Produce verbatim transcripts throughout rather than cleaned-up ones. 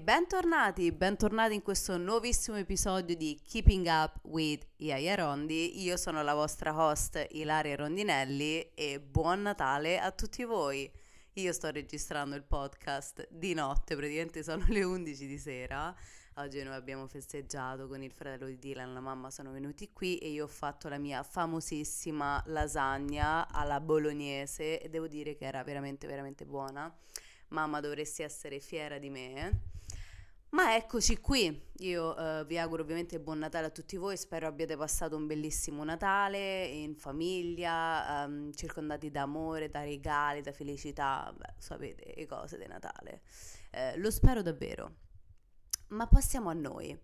bentornati, bentornati in questo nuovissimo episodio di Keeping Up with Iaia Rondi. Io sono la vostra host Ilaria Rondinelli e buon Natale a tutti voi. Io sto registrando il podcast di notte, praticamente sono le undici di sera. Oggi noi abbiamo festeggiato con il fratello di Dylan, la mamma sono venuti qui e io ho fatto la mia famosissima lasagna alla bolognese e devo dire che era veramente veramente buona. Mamma, dovresti essere fiera di me. Ma eccoci qui, io eh, vi auguro ovviamente buon Natale a tutti voi, spero abbiate passato un bellissimo Natale in famiglia, ehm, circondati da amore, da regali, da felicità, beh, sapete le cose di Natale, eh, lo spero davvero. Ma passiamo a noi.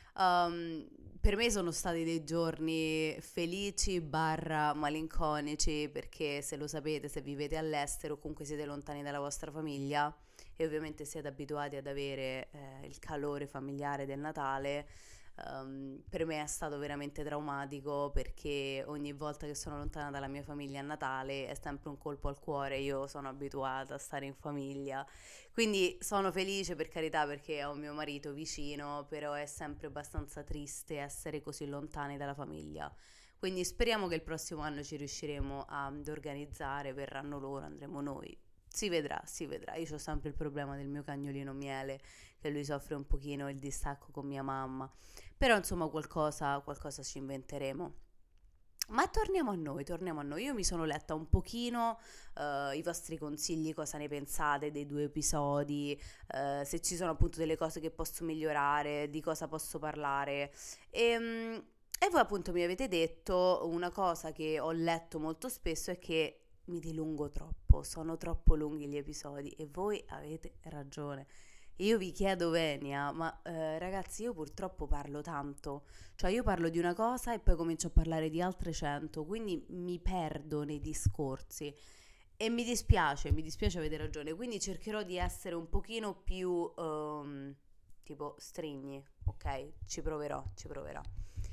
Um, per me sono stati dei giorni felici barra malinconici perché se lo sapete, se vivete all'estero o comunque siete lontani dalla vostra famiglia e ovviamente siete abituati ad avere eh, il calore familiare del Natale, um, per me è stato veramente traumatico perché ogni volta che sono lontana dalla mia famiglia a Natale è sempre un colpo al cuore. Io sono abituata a stare in famiglia, quindi sono felice per carità perché ho mio marito vicino, però è sempre abbastanza triste essere così lontani dalla famiglia. Quindi speriamo che il prossimo anno ci riusciremo ad organizzare, verranno loro, andremo noi. Si vedrà, si vedrà. Io ho sempre il problema del mio cagnolino Miele, che lui soffre un pochino il distacco con mia mamma. Però insomma qualcosa, qualcosa ci inventeremo. Ma torniamo a noi, torniamo a noi. Io mi sono letta un pochino uh, i vostri consigli, cosa ne pensate dei due episodi, uh, se ci sono appunto delle cose che posso migliorare, di cosa posso parlare. E, um, e voi appunto mi avete detto una cosa che ho letto molto spesso è che mi dilungo troppo, sono troppo lunghi gli episodi e voi avete ragione. Io vi chiedo venia, ma eh, ragazzi, io purtroppo parlo tanto, cioè io parlo di una cosa e poi comincio a parlare di altre cento, quindi mi perdo nei discorsi e mi dispiace, mi dispiace, avete ragione, quindi cercherò di essere un pochino più um, tipo strigni, ok? Ci proverò, ci proverò.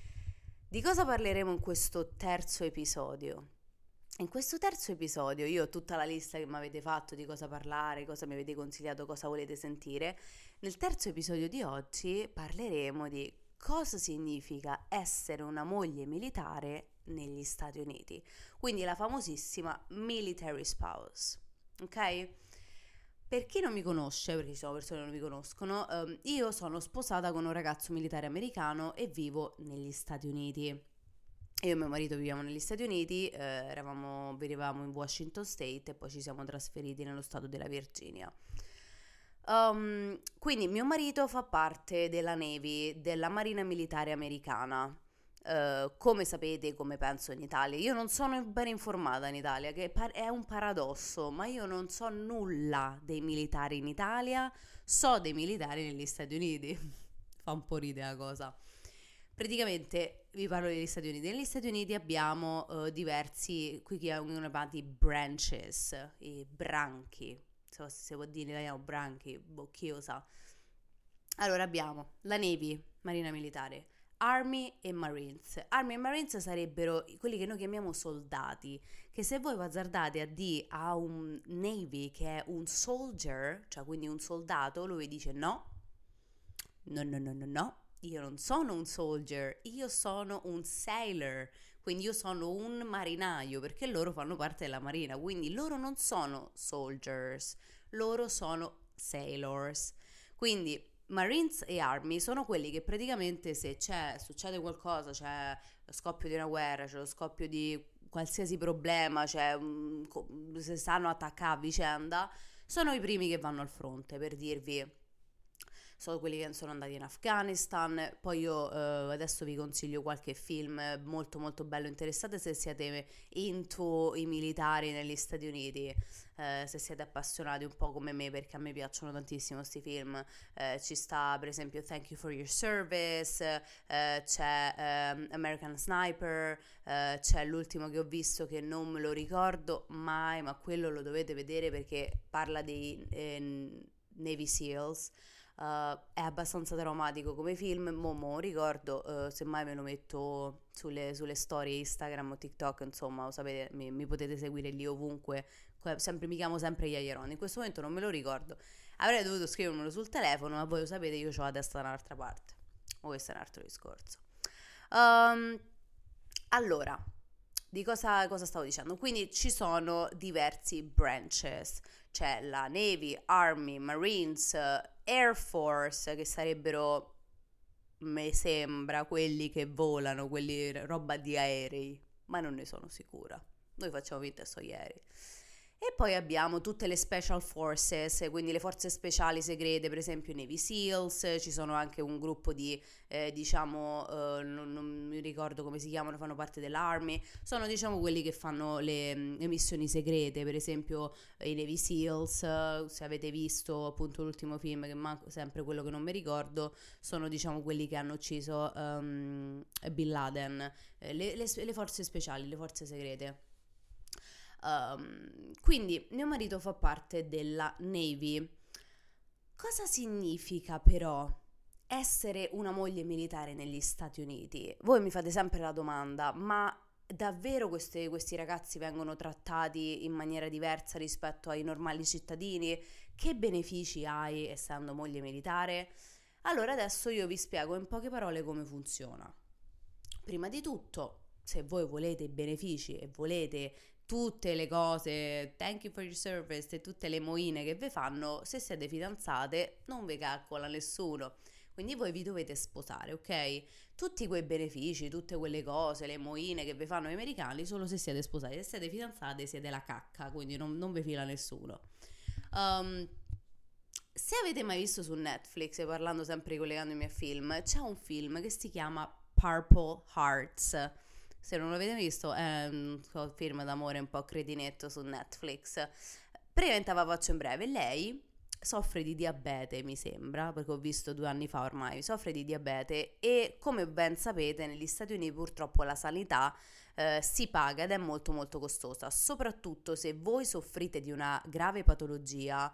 Di cosa parleremo in questo terzo episodio? In questo terzo episodio io ho tutta la lista che mi avete fatto di cosa parlare, cosa mi avete consigliato, cosa volete sentire. Nel terzo episodio di oggi parleremo di cosa significa essere una moglie militare negli Stati Uniti. Quindi la famosissima military spouse, ok? Per chi non mi conosce, perché ci sono persone che non mi conoscono, ehm, io sono sposata con un ragazzo militare americano e vivo negli Stati Uniti. Io e mio marito viviamo negli Stati Uniti, eh, eravamo, vivevamo in Washington State e poi ci siamo trasferiti nello stato della Virginia. Um, quindi mio marito fa parte della Navy, della Marina Militare Americana. Uh, come sapete, come penso in Italia, io non sono ben informata in Italia, che par- è un paradosso, ma io non so nulla dei militari in Italia, so dei militari negli Stati Uniti. Fa un po' ridere la cosa. Praticamente vi parlo degli Stati Uniti. Negli Stati Uniti abbiamo uh, diversi, qui vengono chiamati branches, i branchi, se si può dire in italiano branchi, boh, chi lo sa. Allora abbiamo la Navy, Marina Militare, Army e Marines. Army e Marines sarebbero quelli che noi chiamiamo soldati, che se voi azzardate a dire a un Navy che è un soldier, cioè quindi un soldato, lui dice no, no, no, no, no, no. Io non sono un soldier, io sono un sailor, quindi io sono un marinaio, perché loro fanno parte della marina, quindi loro non sono soldiers, loro sono sailors. Quindi Marines e Army sono quelli che praticamente se c'è, succede qualcosa, c'è lo scoppio di una guerra, c'è lo scoppio di qualsiasi problema, c'è um, se stanno attaccati a vicenda, sono i primi che vanno al fronte, per dirvi. Sono quelli che sono andati in Afghanistan. Poi io eh, adesso vi consiglio qualche film molto molto bello, interessante se siete into i militari negli Stati Uniti, eh, se siete appassionati un po' come me, perché a me piacciono tantissimo questi film. Eh, ci sta per esempio Thank You for Your Service, eh, c'è eh, American Sniper, eh, c'è l'ultimo che ho visto che non me lo ricordo mai, ma quello lo dovete vedere perché parla dei eh, Navy SEALs. Uh, è abbastanza traumatico come film, mo, mo ricordo, uh, semmai me lo metto sulle, sulle storie Instagram o TikTok, insomma, lo sapete, mi, mi potete seguire lì ovunque, sempre, mi chiamo sempre Iaia Rondi, in questo momento non me lo ricordo. Avrei dovuto scrivermelo sul telefono, ma voi lo sapete, io ho la testa dall'altra parte. Ma questo è un altro discorso. Um, allora, di cosa, cosa stavo dicendo? Quindi ci sono diversi branches. C'è la Navy, Army, Marines, Air Force, che sarebbero, mi sembra, quelli che volano, quelli roba di aerei, ma non ne sono sicura. Noi facciamo finta so ieri. E poi abbiamo tutte le special forces, quindi le forze speciali segrete, per esempio Navy Seals, ci sono anche un gruppo di, eh, diciamo, eh, non, non mi ricordo come si chiamano, fanno parte dell'Army, sono diciamo quelli che fanno le, le missioni segrete, per esempio i Navy Seals, se avete visto appunto l'ultimo film, che manco sempre quello che non mi ricordo, sono diciamo quelli che hanno ucciso um, Bin Laden, eh, le, le, le forze speciali, le forze segrete. Um, quindi mio marito fa parte della Navy. Cosa significa però essere una moglie militare negli Stati Uniti? Voi mi fate sempre la domanda, ma davvero questi, questi ragazzi vengono trattati in maniera diversa rispetto ai normali cittadini? Che benefici hai essendo moglie militare? Allora adesso io vi spiego in poche parole come funziona. Prima di tutto, se voi volete i benefici e volete tutte le cose, thank you for your service, e tutte le moine che vi fanno, se siete fidanzate non vi calcola nessuno, quindi voi vi dovete sposare, ok? Tutti quei benefici, tutte quelle cose, le moine che vi fanno gli americani, solo se siete sposati. Se siete fidanzate siete la cacca, quindi non, non vi fila nessuno. um, se avete mai visto su Netflix, parlando sempre ricollegandomi a film, c'è un film che si chiama Purple Hearts. Se non l'avete visto, è un film d'amore un po' cretinetto su Netflix. Praticamente la faccio in breve. Lei soffre di diabete, mi sembra, perché ho visto due anni fa ormai, soffre di diabete e come ben sapete negli Stati Uniti purtroppo la sanità eh, si paga ed è molto molto costosa, soprattutto se voi soffrite di una grave patologia.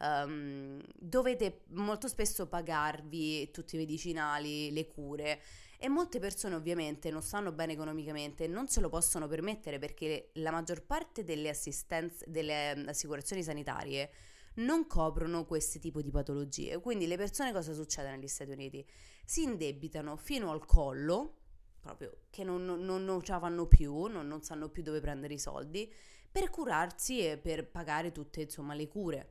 Um, dovete molto spesso pagarvi tutti i medicinali, le cure. E molte persone ovviamente non stanno bene economicamente, non se lo possono permettere perché la maggior parte delle assistenze, delle assicurazioni sanitarie non coprono questo tipo di patologie. Quindi le persone, cosa succede negli Stati Uniti? Si indebitano fino al collo, proprio che non, non, non ce la fanno più, non, non sanno più dove prendere i soldi, per curarsi e per pagare tutte insomma le cure.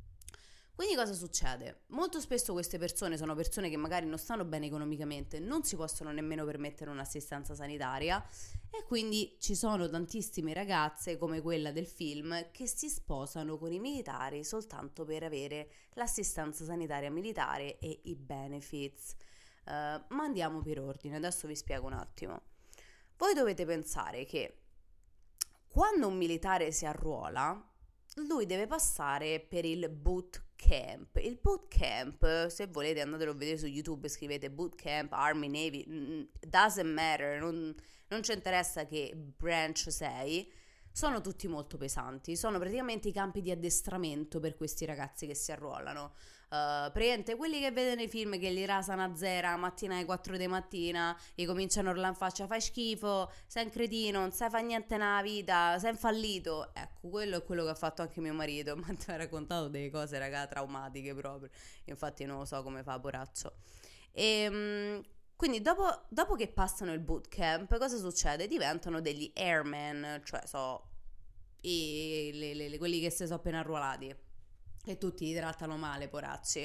Quindi cosa succede? Molto spesso queste persone sono persone che magari non stanno bene economicamente, non si possono nemmeno permettere un'assistenza sanitaria e quindi ci sono tantissime ragazze come quella del film che si sposano con i militari soltanto per avere l'assistenza sanitaria militare e i benefits. Uh, ma andiamo per ordine, adesso vi spiego un attimo. Voi dovete pensare che quando un militare si arruola, lui deve passare per il boot camp. Il boot camp, se volete andatelo a vedere su YouTube, scrivete boot camp, Army, Navy, doesn't matter, non, non ci interessa che branch sei, sono tutti molto pesanti, sono praticamente i campi di addestramento per questi ragazzi che si arruolano. Uh, praticamente quelli che vedono i film che li rasano a zero la mattina alle quattro di mattina e cominciano a urlare in faccia fai schifo, sei un cretino, non sai fare niente nella vita, sei un fallito. Ecco, quello è quello che ha fatto anche mio marito. Ma ti ha raccontato delle cose, raga, traumatiche proprio. Infatti non lo so come fa, poraccio. E um, quindi dopo, dopo che passano il bootcamp, cosa succede? Diventano degli airmen, cioè so i, le, le, le, quelli che si sono appena arruolati e tutti li trattano male, poracci.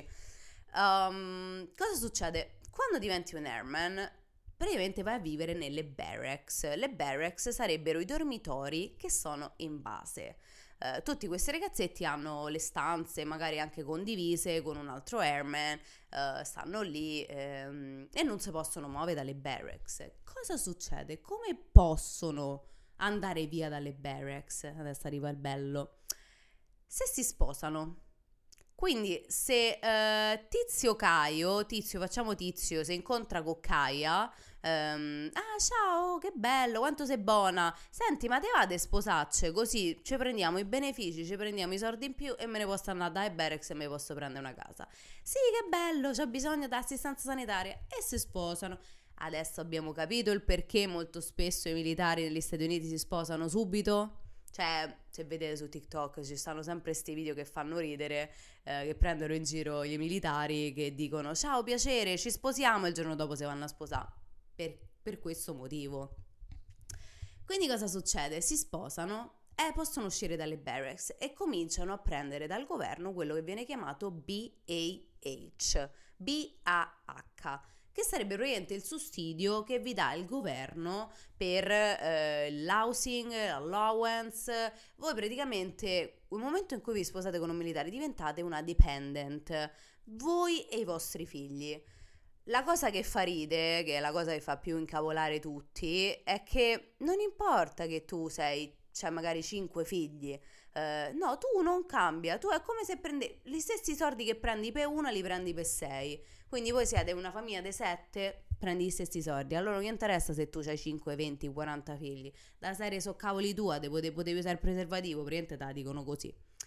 Um, cosa succede? Quando diventi un airman, praticamente vai a vivere nelle barracks. Le barracks sarebbero i dormitori che sono in base. Uh, tutti questi ragazzetti hanno le stanze magari anche condivise con un altro airman, uh, stanno lì um, e non si possono muovere dalle barracks. Cosa succede? Come possono andare via dalle barracks? Adesso arriva il bello. Se si sposano. Quindi se uh, Tizio Caio, Tizio, facciamo Tizio, se incontra con Caia, um, ah ciao, che bello, quanto sei buona, senti ma te vade sposacce, così ci prendiamo i benefici, ci prendiamo i soldi in più e me ne posso andare dai Berex e me ne posso prendere una casa. Sì, che bello, c'ho bisogno di assistenza sanitaria e si sposano. Adesso abbiamo capito il perché molto spesso i militari negli Stati Uniti si sposano subito. Cioè, se vedete su TikTok ci stanno sempre questi video che fanno ridere, eh, che prendono in giro i militari che dicono ciao, piacere, ci sposiamo, e il giorno dopo si vanno a sposare. Per, per questo motivo. Quindi cosa succede? Si sposano e possono uscire dalle barracks e cominciano a prendere dal governo quello che viene chiamato B A H, B A H, che sarebbe praticamente il sussidio che vi dà il governo per eh, l'housing, l'allowance. Voi praticamente, nel momento in cui vi sposate con un militare, diventate una dependent, voi e i vostri figli. La cosa che fa ride, che è la cosa che fa più incavolare tutti, è che non importa che tu sei, c'hai magari cinque figli, eh, no, tu non cambia, tu è come se prendi gli stessi soldi che prendi per una, li prendi per sei. Quindi voi siete una famiglia di sette, prendi gli stessi soldi. Allora non gli interessa se tu hai cinque, venti, quaranta figli. Da serie so cavoli tua, te potevi, potevi usare il preservativo, praticamente te la dicono così.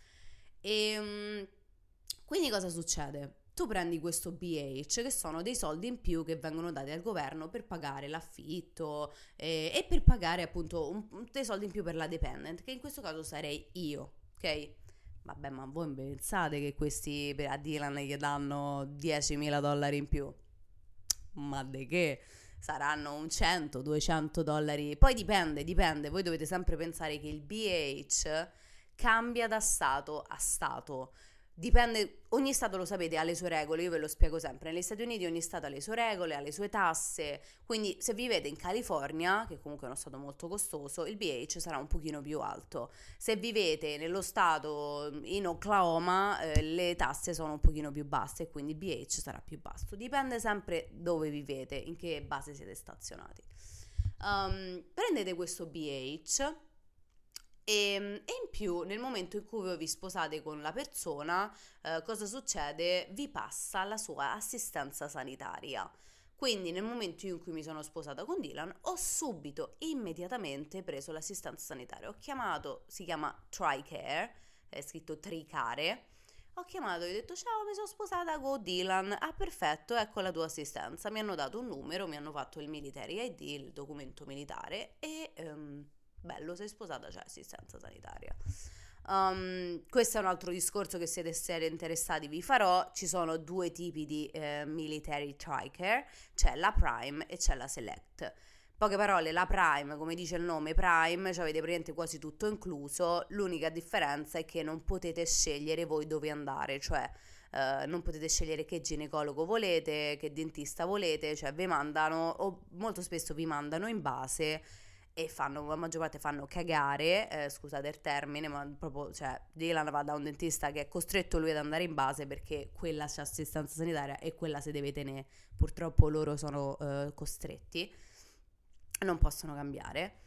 E quindi cosa succede? Tu prendi questo B H, che sono dei soldi in più che vengono dati al governo per pagare l'affitto eh, e per pagare appunto un, dei soldi in più per la dependent, che in questo caso sarei io, ok? Vabbè, ma voi pensate che questi per a Dylan gli danno diecimila dollari in più? Ma di che? Saranno un cento, duecento dollari. Poi dipende, dipende. Voi dovete sempre pensare che il B H cambia da stato a stato. Dipende, ogni stato, lo sapete, ha le sue regole, io ve lo spiego sempre. Negli Stati Uniti ogni stato ha le sue regole, ha le sue tasse, quindi se vivete in California, che comunque è uno stato molto costoso, il B H sarà un pochino più alto. Se vivete nello stato in Oklahoma, eh, le tasse sono un pochino più basse e quindi il B H sarà più basso. Dipende sempre dove vivete, in che base siete stazionati. Um, prendete questo B H. E, e in più, nel momento in cui voi vi sposate con la persona, eh, cosa succede? Vi passa la sua assistenza sanitaria. Quindi nel momento in cui mi sono sposata con Dylan, ho subito, immediatamente preso l'assistenza sanitaria. Ho chiamato, si chiama TRICARE, è scritto Tricare. Ho chiamato e ho detto ciao, mi sono sposata con Dylan. Ah, perfetto, ecco la tua assistenza. Mi hanno dato un numero, mi hanno fatto il military I D, il documento militare e... Um, bello, sei sposata, c'è assistenza sanitaria. Um, questo è un altro discorso che siete, siete interessati vi farò. Ci sono due tipi di eh, military TRICARE, c'è la Prime e c'è la Select. Poche parole, la Prime, come dice il nome Prime, cioè avete praticamente quasi tutto incluso. L'unica differenza è che non potete scegliere voi dove andare, cioè Uh, non potete scegliere che ginecologo volete, che dentista volete, cioè vi mandano, o molto spesso vi mandano in base, e fanno, la maggior parte fanno cagare, eh, scusate il termine, ma proprio, cioè, Dylan va da un dentista che è costretto lui ad andare in base perché quella c'è assistenza sanitaria e quella si deve tenere. Purtroppo loro sono eh, costretti, non possono cambiare.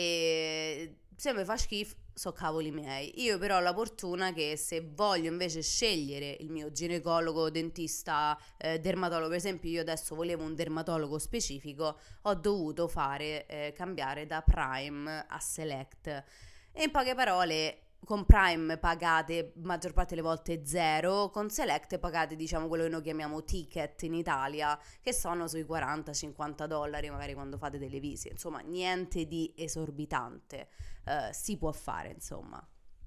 E se mi fa schifo, so cavoli miei. Io però ho la fortuna che se voglio invece scegliere il mio ginecologo, dentista, eh, dermatologo, per esempio io adesso volevo un dermatologo specifico, ho dovuto fare eh, cambiare da Prime a Select. E in poche parole, con Prime pagate maggior parte delle volte zero, con Select pagate, diciamo, quello che noi chiamiamo ticket in Italia, che sono sui quaranta cinquanta dollari magari quando fate delle visite. Insomma, niente di esorbitante, uh, si può fare, insomma.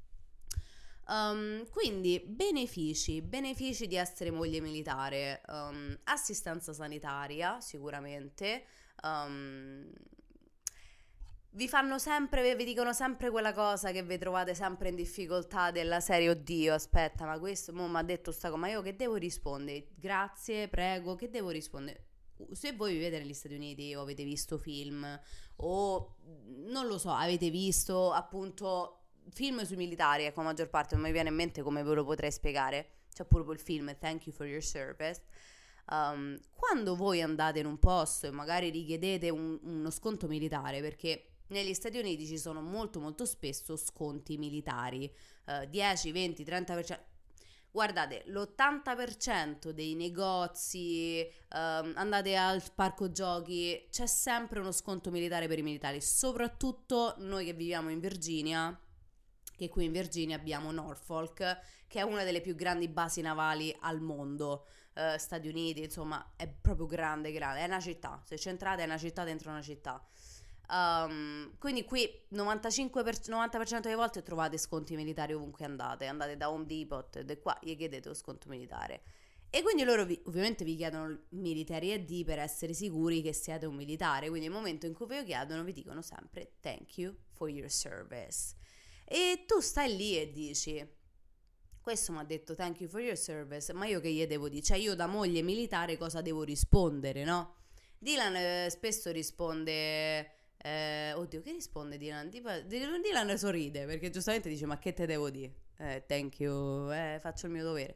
Um, quindi benefici, benefici di essere moglie militare, um, assistenza sanitaria sicuramente, um, vi fanno sempre, vi dicono sempre quella cosa che vi trovate sempre in difficoltà della serie oddio, aspetta, ma questo mo mi ha detto sta cosa, ma io che devo rispondere? Grazie, prego, che devo rispondere? Se voi vivete negli Stati Uniti o avete visto film o non lo so, avete visto appunto film sui militari, ecco, la maggior parte non mi viene in mente come ve lo potrei spiegare. C'è pure il film Thank You for Your Service. Um, quando voi andate in un posto e magari richiedete un, uno sconto militare, perché negli Stati Uniti ci sono molto molto spesso sconti militari, uh, dieci, venti, trenta per cento. Guardate, l'ottanta per cento dei negozi, um, andate al parco giochi, c'è sempre uno sconto militare per i militari, soprattutto noi che viviamo in Virginia, che qui in Virginia abbiamo Norfolk, che è una delle più grandi basi navali al mondo. Uh, Stati Uniti, insomma, è proprio grande, grande, è una città, se c'entrate è una città dentro una città. Um, quindi qui novantacinque per, novanta per cento delle volte trovate sconti militari ovunque andate, andate da Home Depot ed è qua, gli chiedete lo sconto militare. E quindi loro vi, ovviamente vi chiedono military I D per essere sicuri che siete un militare, quindi nel momento in cui ve lo chiedono vi dicono sempre thank you for your service. E tu stai lì e dici, questo mi ha detto thank you for your service, ma io che gli devo dire? Cioè io da moglie militare cosa devo rispondere, no? Dylan eh, spesso risponde... Eh, oddio, che risponde Dylan? Dylan sorride perché giustamente dice ma che te devo dire? Eh, thank you, eh, faccio il mio dovere.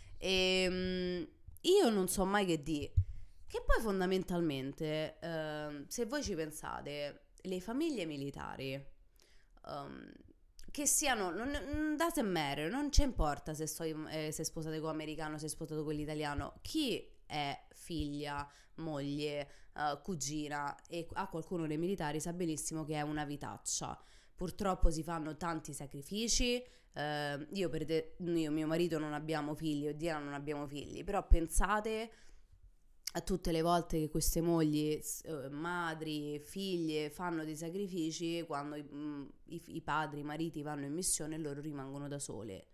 E um, io non so mai che dire. Che poi fondamentalmente, uh, se voi ci pensate, le famiglie militari, um, che siano, non, non doesn't matter, non ci importa se, sto, eh, se sposate con americano, se sposato con l'italiano, chi è figlia, moglie, uh, cugina e ha qualcuno dei militari sa benissimo che è una vitaccia. Purtroppo si fanno tanti sacrifici. Uh, io per te, io e mio marito non abbiamo figli, o Diana non abbiamo figli, però pensate a tutte le volte che queste mogli, uh, madri, figlie fanno dei sacrifici quando i, mh, i, i padri, i mariti vanno in missione e loro rimangono da sole.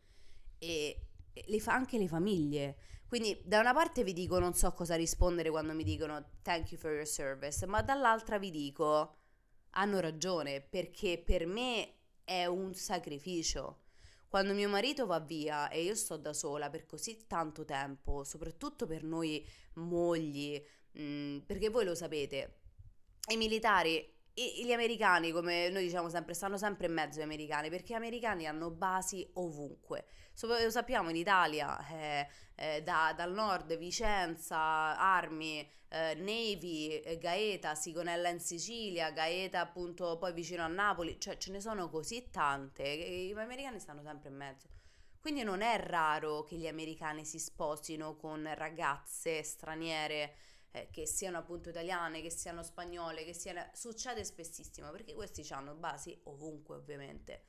E le fa anche le famiglie. Quindi da una parte vi dico non so cosa rispondere quando mi dicono thank you for your service, ma dall'altra vi dico hanno ragione, perché per me è un sacrificio. Quando mio marito va via e io sto da sola per così tanto tempo, soprattutto per noi mogli, mh, perché voi lo sapete, i militari, i, gli americani, come noi diciamo sempre, stanno sempre in mezzo agli americani, perché gli americani hanno basi ovunque. Lo sappiamo in Italia, eh, eh, da, dal nord, Vicenza, Armi, eh, Navy, eh, Gaeta, Sigonella in Sicilia, Gaeta appunto poi vicino a Napoli, cioè ce ne sono così tante che gli americani stanno sempre in mezzo. Quindi non è raro che gli americani si sposino con ragazze straniere, eh, che siano appunto italiane, che siano spagnole, che siano... succede spessissimo perché questi hanno basi ovunque ovviamente.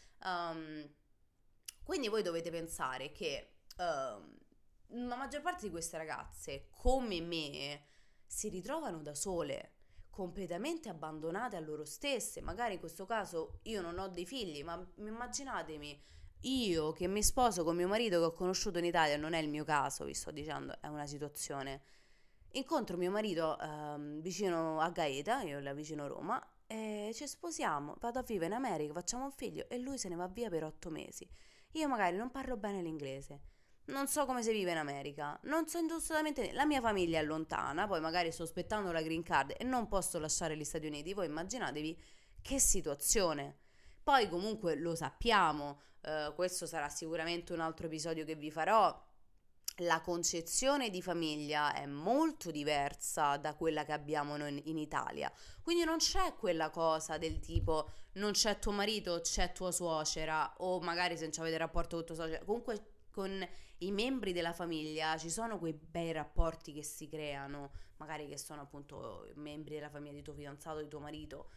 Um, Quindi voi dovete pensare che uh, la maggior parte di queste ragazze, come me, si ritrovano da sole, completamente abbandonate a loro stesse. Magari in questo caso io non ho dei figli, ma immaginatemi io che mi sposo con mio marito che ho conosciuto in Italia, non è il mio caso, vi sto dicendo, è una situazione. Incontro mio marito uh, vicino a Gaeta, io là vicino a Roma, e ci sposiamo, vado a vivere in America, facciamo un figlio e lui se ne va via per otto mesi. Io magari non parlo bene l'inglese, non so come si vive in America, non so assolutamente, la mia famiglia è lontana, poi magari sto aspettando la green card e non posso lasciare gli Stati Uniti, voi immaginatevi che situazione. Poi comunque lo sappiamo, eh, questo sarà sicuramente un altro episodio che vi farò, la concezione di famiglia è molto diversa da quella che abbiamo noi in Italia. Quindi non c'è quella cosa del tipo non c'è tuo marito, c'è tua suocera, o magari se non avete rapporto con tua suocera. Comunque con i membri della famiglia ci sono quei bei rapporti che si creano, magari che sono appunto membri della famiglia di tuo fidanzato, di tuo marito.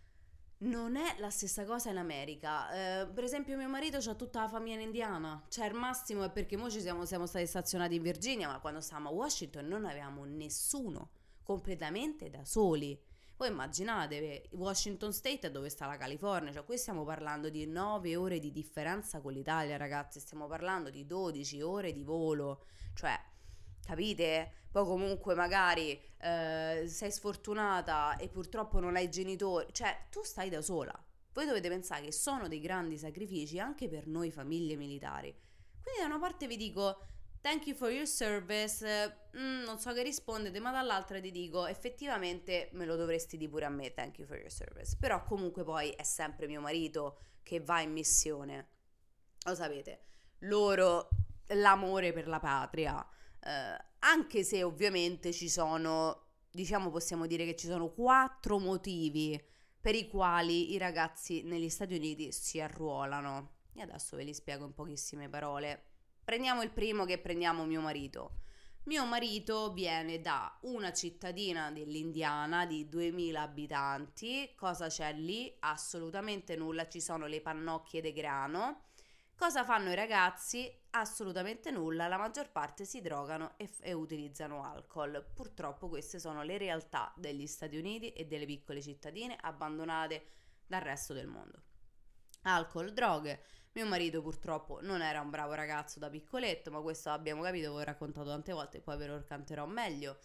Non è la stessa cosa in America. Eh, per esempio mio marito ha tutta la famiglia in Indiana, cioè al massimo è perché noi ci siamo, siamo stati stazionati in Virginia, ma quando stavamo a Washington non avevamo nessuno, completamente da soli. Voi immaginatevi, Washington State è dove sta la California, cioè qui stiamo parlando di nove ore di differenza con l'Italia, ragazzi, stiamo parlando di dodici ore di volo, cioè... Capite? Poi comunque magari eh, sei sfortunata e purtroppo non hai genitori, cioè tu stai da sola. Voi dovete pensare che sono dei grandi sacrifici anche per noi famiglie militari. Quindi da una parte vi dico thank you for your service, mm, non so che rispondete, ma dall'altra ti dico effettivamente me lo dovresti dire pure a me, thank you for your service. Però comunque poi è sempre mio marito che va in missione. Lo sapete, loro l'amore per la patria. Uh, anche se ovviamente ci sono, diciamo possiamo dire che ci sono quattro motivi per i quali i ragazzi negli Stati Uniti si arruolano. E adesso ve li spiego in pochissime parole. Prendiamo il primo, che prendiamo mio marito. Mio marito viene da una cittadina dell'Indiana di duemila abitanti. Cosa c'è lì? Assolutamente nulla, ci sono le pannocchie de grano. Cosa fanno i ragazzi? Assolutamente nulla, la maggior parte si drogano e, f- e utilizzano alcol. Purtroppo queste sono le realtà degli Stati Uniti e delle piccole cittadine abbandonate dal resto del mondo. Alcol, droghe. Mio marito purtroppo non era un bravo ragazzo da piccoletto, ma questo abbiamo capito, ve l'ho raccontato tante volte e poi ve lo racconterò meglio.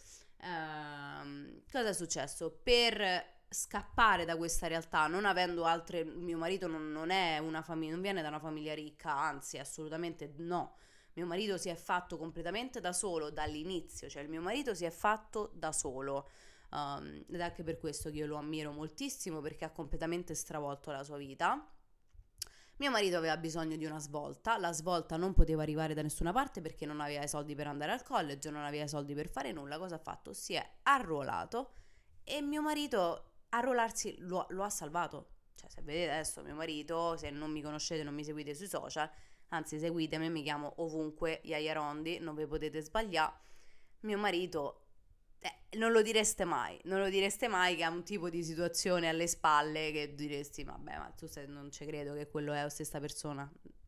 Ehm, cosa è successo? Per scappare da questa realtà, non avendo altre, mio marito non, non è una famiglia, non viene da una famiglia ricca, anzi, assolutamente no. Mio marito si è fatto completamente da solo dall'inizio, cioè il mio marito si è fatto da solo. Um, ed è anche per questo che io lo ammiro moltissimo, perché ha completamente stravolto la sua vita. Mio marito aveva bisogno di una svolta, la svolta non poteva arrivare da nessuna parte perché non aveva i soldi per andare al college, non aveva i soldi per fare nulla. Cosa ha fatto? Si è arruolato e mio marito arruolarsi lo, lo ha salvato. Cioè, se vedete adesso mio marito, se non mi conoscete, non mi seguite sui social, anzi seguitemi, mi chiamo ovunque Iaia Rondi, non vi potete sbagliare. Mio marito, eh, non lo direste mai, non lo direste mai che ha un tipo di situazione alle spalle che diresti, vabbè, ma tu sei, non ci credo che quello è la stessa persona.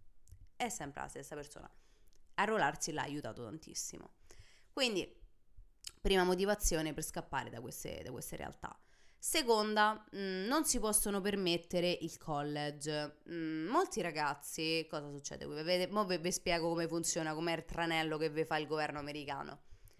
È sempre la stessa persona. Arruolarsi l'ha aiutato tantissimo. Quindi, prima motivazione per scappare da queste, da queste realtà. Seconda, mh, non si possono permettere il college. Mh, molti ragazzi, cosa succede? Vedete, mo vi, vi spiego come funziona, com'è il tranello che vi fa il governo americano.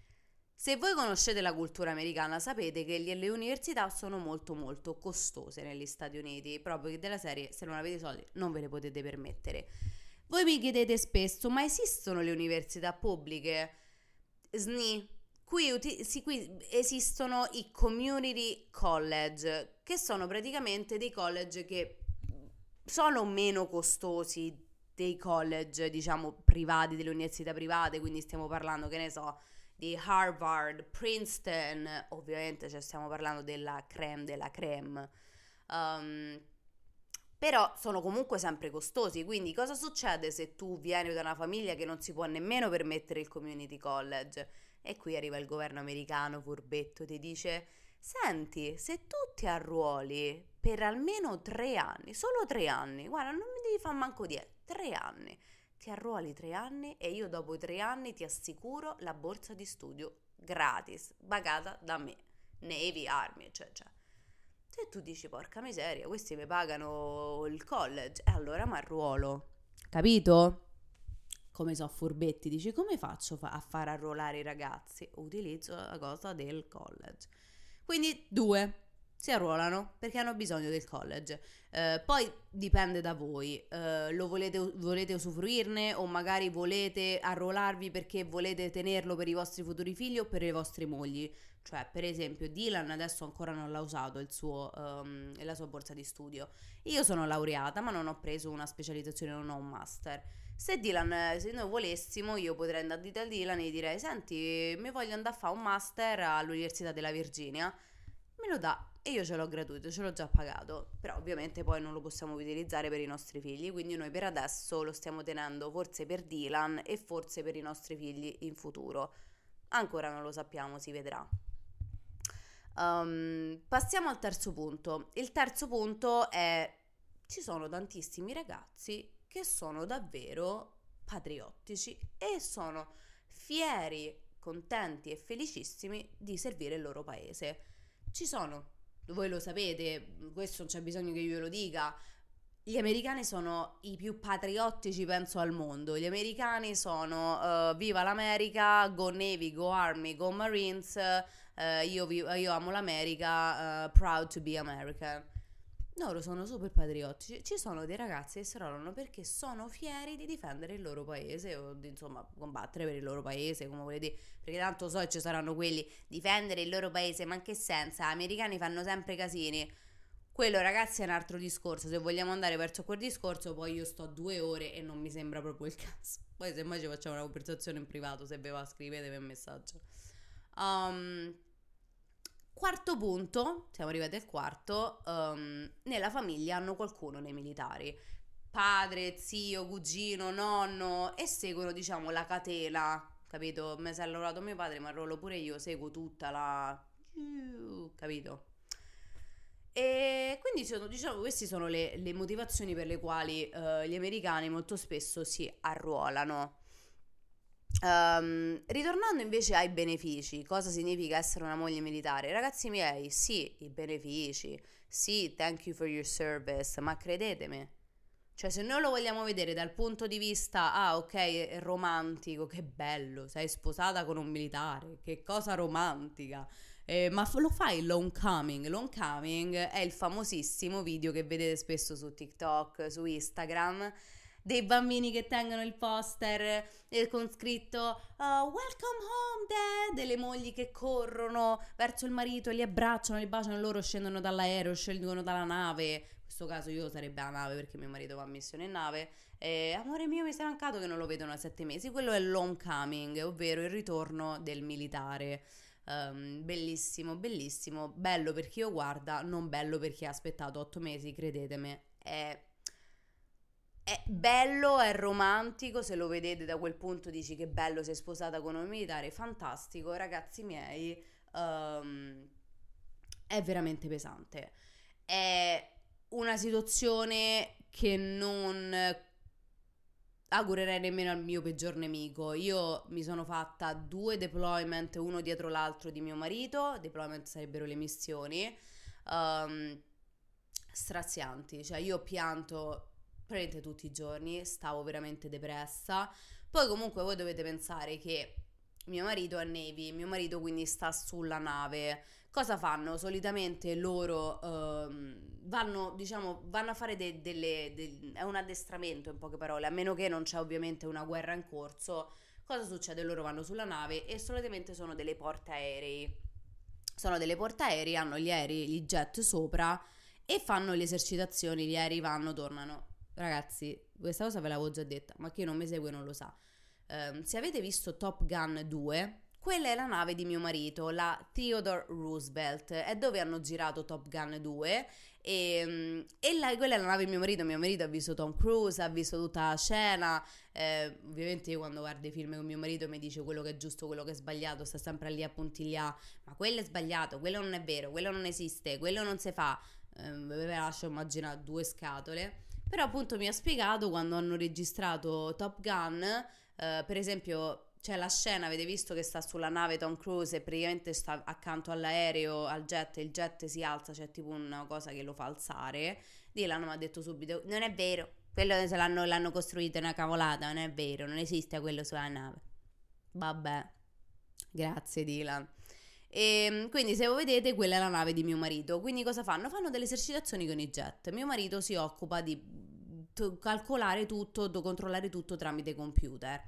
Se voi conoscete la cultura americana, sapete che le università sono molto molto costose negli Stati Uniti, proprio che della serie, se non avete soldi non ve le potete permettere. Voi mi chiedete spesso, ma esistono le università pubbliche? Sni. Qui, uti- sì, qui esistono i community college, che sono praticamente dei college che sono meno costosi dei college, diciamo, privati, delle università private, quindi stiamo parlando, che ne so, di Harvard, Princeton, ovviamente cioè, stiamo parlando della creme della creme. Um, però sono comunque sempre costosi, quindi cosa succede se tu vieni da una famiglia che non si può nemmeno permettere il community college? E qui arriva il governo americano furbetto e ti dice: senti, se tu ti arruoli per almeno tre anni, solo tre anni, guarda, non mi devi fare manco dieci, tre anni, ti arruoli tre anni e io dopo i tre anni ti assicuro la borsa di studio gratis, pagata da me, Navy, Army, eccetera. Se tu dici porca miseria, questi mi pagano il college, e allora mi arruolo. Capito? Come so furbetti, dici come faccio fa- a far arruolare i ragazzi? Utilizzo la cosa del college. Quindi due si arruolano perché hanno bisogno del college. Eh, poi dipende da voi, eh, lo volete, volete usufruirne o magari volete arruolarvi perché volete tenerlo per i vostri futuri figli o per i vostri mogli. Cioè, per esempio, Dylan adesso ancora non l'ha usato il suo, um, la sua borsa di studio. Io sono laureata, ma non ho preso una specializzazione, non ho un master. Se Dylan, se noi volessimo, io potrei andare da Dylan e gli direi: senti, mi voglio andare a fare un master all'Università della Virginia. Me lo dà e io ce l'ho gratuito, ce l'ho già pagato. Però ovviamente poi non lo possiamo utilizzare per i nostri figli. Quindi noi per adesso lo stiamo tenendo forse per Dylan e forse per i nostri figli in futuro. Ancora non lo sappiamo, si vedrà. Um, passiamo al terzo punto. Il terzo punto è: ci sono tantissimi ragazzi che sono davvero patriottici e sono fieri, contenti e felicissimi di servire il loro paese. Ci sono, voi lo sapete, questo non c'è bisogno che io ve lo dica. Gli americani sono i più patriottici, penso, al mondo. Gli americani sono uh, viva l'America, go Navy, go Army, go Marines, uh, io, vi- io amo l'America, uh, proud to be American. Loro sono super patriottici. Ci sono dei ragazzi che si arruolano perché sono fieri di difendere il loro paese o di, insomma, combattere per il loro paese, come volete dire. Perché tanto so che ci saranno quelli: difendere il loro paese, ma in che senso? Gli americani fanno sempre casini. Quello, ragazzi, è un altro discorso. Se vogliamo andare verso quel discorso, poi io sto due ore e non mi sembra proprio il caso. Poi semmai ci facciamo una conversazione in privato, se ve va scrivetevi un messaggio. Um, quarto punto, siamo arrivati al quarto. Um, nella famiglia hanno qualcuno nei militari. Padre, zio, cugino, nonno, e seguono, diciamo, la catena. Capito? Mi si è arruolato mio padre, ma arruolo pure io, seguo tutta la... Capito? E quindi sono, diciamo, queste sono le, le motivazioni per le quali eh, gli americani molto spesso si arruolano. Ehm, ritornando invece ai benefici, cosa significa essere una moglie militare? Ragazzi miei, sì, i benefici, sì, thank you for your service, ma credetemi, cioè se noi lo vogliamo vedere dal punto di vista, ah ok, è romantico, che bello, sei sposata con un militare, che cosa romantica. Eh, ma f- lo fai il l'homecoming? L'homecoming è il famosissimo video che vedete spesso su TikTok, su Instagram, dei bambini che tengono il poster eh, con scritto uh, Welcome home dad, delle mogli che corrono verso il marito, li abbracciano, li baciano, loro scendono dall'aereo, scendono dalla nave. In questo caso io sarebbe la nave perché mio marito va a missione in nave. Eh, amore mio, mi sei mancato, che non lo vedono da sette mesi. Quello è l'homecoming, ovvero il ritorno del militare. Um, bellissimo, bellissimo, bello per chi lo guarda, non bello per chi ha aspettato otto mesi, credetemi. È, è bello, è romantico, se lo vedete da quel punto dici che bello, sei sposata con un militare, fantastico, ragazzi miei, um, è veramente pesante. È una situazione che non augurerei nemmeno al mio peggior nemico. Io mi sono fatta due deployment uno dietro l'altro di mio marito. Deployment sarebbero le missioni, um, strazianti. Cioè io ho pianto praticamente tutti i giorni, stavo veramente depressa. Poi comunque voi dovete pensare che mio marito è Navy, mio marito quindi sta sulla nave. Cosa fanno? Solitamente loro ehm, vanno, diciamo, vanno a fare de- delle, de- è un addestramento in poche parole, a meno che non c'è ovviamente una guerra in corso. Cosa succede? Loro vanno sulla nave e solitamente sono delle portaerei. Sono delle portaerei, hanno gli aerei, gli jet sopra e fanno le esercitazioni, gli aerei vanno, tornano. Ragazzi, questa cosa ve l'avevo già detta, ma chi non mi segue non lo sa. Um, se avete visto Top Gun due, quella è la nave di mio marito, la Theodore Roosevelt, è dove hanno girato Top Gun due e, um, e la, quella è la nave di mio marito. Mio marito ha visto Tom Cruise, ha visto tutta la scena. Eh, ovviamente io quando guardo i film con mio marito mi dice quello che è giusto, quello che è sbagliato, sta sempre lì a puntigliare, ma quello è sbagliato, quello non è vero, quello non esiste, quello non si fa. Eh, ve lascio immaginare due scatole. Però appunto mi ha spiegato quando hanno registrato Top Gun, eh, per esempio c'è la scena, avete visto che sta sulla nave Tom Cruise e praticamente sta accanto all'aereo, al jet, e il jet si alza, c'è tipo una cosa che lo fa alzare. Dylan mi ha detto subito, non è vero, quello se l'hanno, l'hanno costruito, è una cavolata, non è vero, non esiste quello sulla nave. Vabbè, grazie Dylan. E quindi se voi vedete quella è la nave di mio marito. Quindi cosa fanno? Fanno delle esercitazioni con i jet. Mio marito si occupa di t- calcolare tutto, di controllare tutto tramite computer.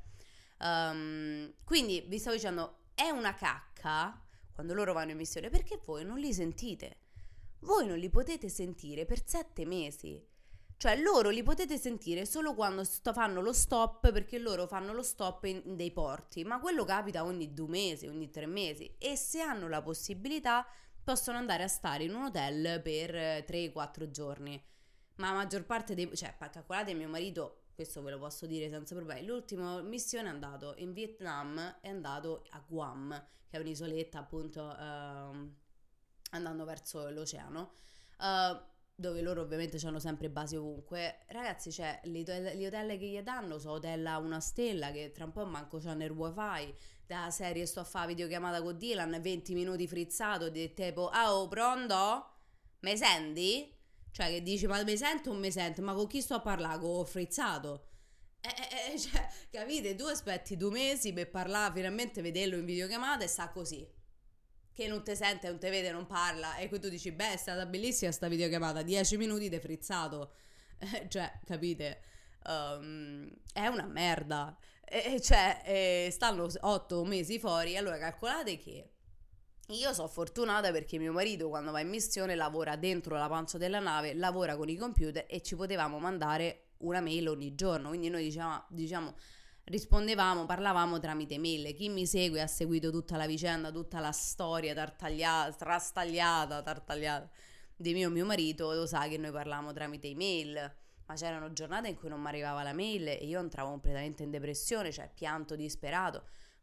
Um, quindi vi stavo dicendo, è una cacca quando loro vanno in missione perché voi non li sentite. Voi non li potete sentire per sette mesi. Cioè loro li potete sentire solo quando sto- fanno lo stop, perché loro fanno lo stop in, in dei porti, ma quello capita ogni due mesi, ogni tre mesi, e se hanno la possibilità possono andare a stare in un hotel per tre quattro giorni. Ma la maggior parte dei... cioè calcolate, mio marito, questo ve lo posso dire senza problemi, l'ultima missione è andato in Vietnam, è andato a Guam, che è un'isoletta appunto ehm, andando verso l'oceano. Uh, dove loro ovviamente hanno sempre basi ovunque. Ragazzi, cioè, gli hotel, gli hotel che gli danno sono hotel a una stella che tra un po' manco c'hanno il wifi. Da serie sto a fare videochiamata con Dylan, venti minuti frizzato, di tipo, ah oh, pronto? Me senti? Cioè, che dici, ma me sento o me sento? Ma con chi sto a parlare? Con frizzato? Eh, eh, eh, cioè, capite? Tu aspetti due mesi per parlare, finalmente vederlo in videochiamata e sta così. Che non ti sente, non ti vede, non parla, e poi tu dici, beh, è stata bellissima sta videochiamata, dieci minuti di frizzato. Eh, cioè, capite? Um, è una merda. E, cioè, eh, stanno otto mesi fuori, allora calcolate che io sono fortunata perché mio marito quando va in missione lavora dentro la pancia della nave, lavora con i computer e ci potevamo mandare una mail ogni giorno, quindi noi diciamo, diciamo rispondevamo, parlavamo tramite mail. Chi mi segue ha seguito tutta la vicenda, tutta la storia tartagliata, trastagliata, tartagliata di mio mio marito, lo sa che noi parlavamo tramite email. Ma c'erano giornate in cui non mi arrivava la mail e io entravo completamente in depressione, cioè pianto disperato.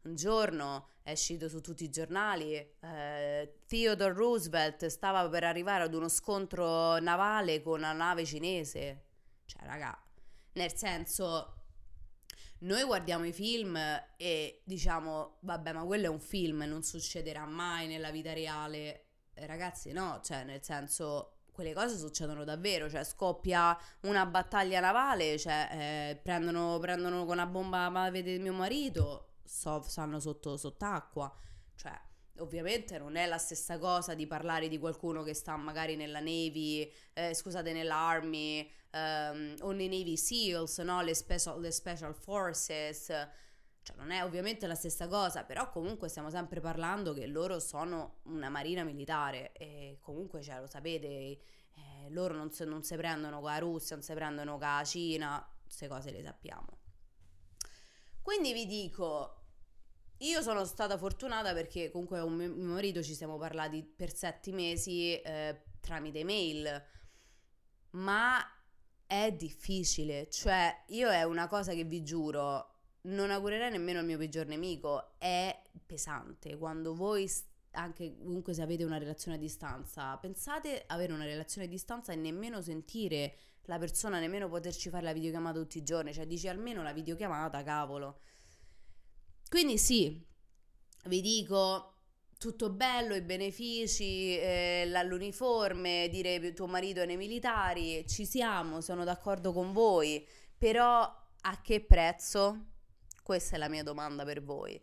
un giorno è uscito su tutti i giornali, eh, Theodore Roosevelt stava per arrivare ad uno scontro navale con una nave cinese. Cioè, raga, nel senso, noi guardiamo i film e diciamo, vabbè, ma quello è un film, non succederà mai nella vita reale. Eh, ragazzi, no, cioè, nel senso, quelle cose succedono davvero, cioè scoppia una battaglia navale, cioè eh, prendono, prendono con una bomba la nave del mio marito, so, stanno sotto sott'acqua, cioè ovviamente non è la stessa cosa di parlare di qualcuno che sta magari nella Navy, eh, scusate, nell'Army, ehm, o nei Navy SEALs, no? Le special, le special Forces, cioè non è ovviamente la stessa cosa, però comunque stiamo sempre parlando che loro sono una marina militare e comunque, cioè, lo sapete, eh, loro non si non si prendono con la Russia, non si prendono con la Cina, queste cose le sappiamo. Quindi vi dico, io sono stata fortunata perché comunque con mio mio marito ci siamo parlati per sette mesi eh, tramite mail, ma è difficile, cioè io è una cosa che vi giuro, non augurerei nemmeno al mio peggior nemico, è pesante quando voi, s- anche comunque se avete una relazione a distanza, pensate avere una relazione a distanza e nemmeno sentire la persona, nemmeno poterci fare la videochiamata tutti i giorni, cioè dici almeno la videochiamata, cavolo. Quindi sì, vi dico, tutto bello, i benefici, eh, la- l'uniforme, dire tuo marito è nei militari, ci siamo, sono d'accordo con voi, però a che prezzo? Questa è la mia domanda per voi.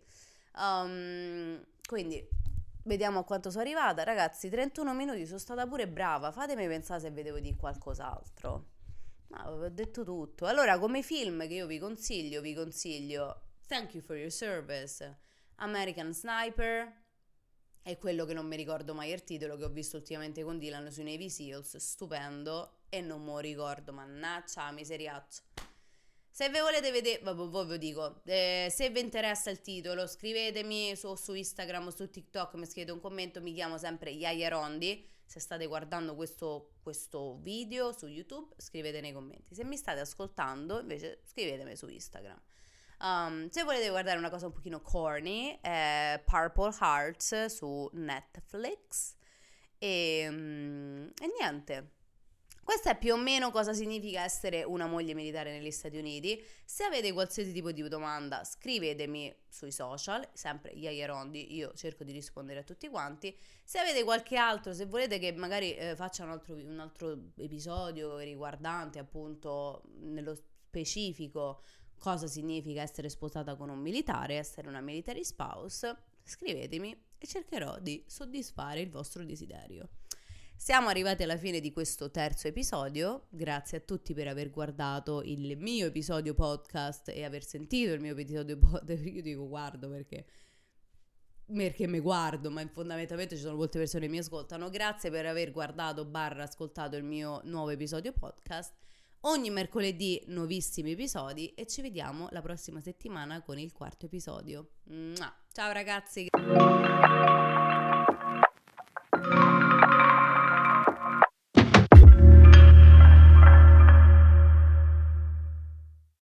Um, quindi vediamo a quanto sono arrivata. Ragazzi, trentuno minuti, sono stata pure brava. Fatemi pensare se vedevo di qualcos'altro. Ma ho detto tutto. Allora, come film che io vi consiglio, vi consiglio Thank You for Your Service, American Sniper, è quello che non mi ricordo mai il titolo, che ho visto ultimamente con Dylan sui Navy Seals, stupendo, e non me lo ricordo, mannaggia la miseriaccia. Se ve volete vedere, vabbè, voi vi dico, eh, se vi interessa il titolo, scrivetemi su, su Instagram o su TikTok, mi scrivete un commento, mi chiamo sempre Yaya Rondi. Se state guardando questo, questo video su YouTube, scrivete nei commenti. Se mi state ascoltando, invece, scrivetemi su Instagram. Um, se volete guardare una cosa un pochino corny, è Purple Hearts su Netflix. E, mm, e niente. Questa è più o meno cosa significa essere una moglie militare negli Stati Uniti. Se avete qualsiasi tipo di domanda, scrivetemi sui social, sempre Yaya Rondi, io cerco di rispondere a tutti quanti. Se avete qualche altro, se volete che magari eh, faccia un altro, un altro episodio riguardante appunto nello specifico cosa significa essere sposata con un militare, essere una military spouse, scrivetemi e cercherò di soddisfare il vostro desiderio. Siamo arrivati alla fine di questo terzo episodio, grazie a tutti per aver guardato il mio episodio podcast e aver sentito il mio episodio podcast. Io dico guardo perché perché mi guardo, ma fondamentalmente ci sono molte persone che mi ascoltano. Grazie per aver guardato barra ascoltato il mio nuovo episodio podcast. Ogni mercoledì nuovissimi episodi e ci vediamo la prossima settimana con il quarto episodio. Ciao ragazzi!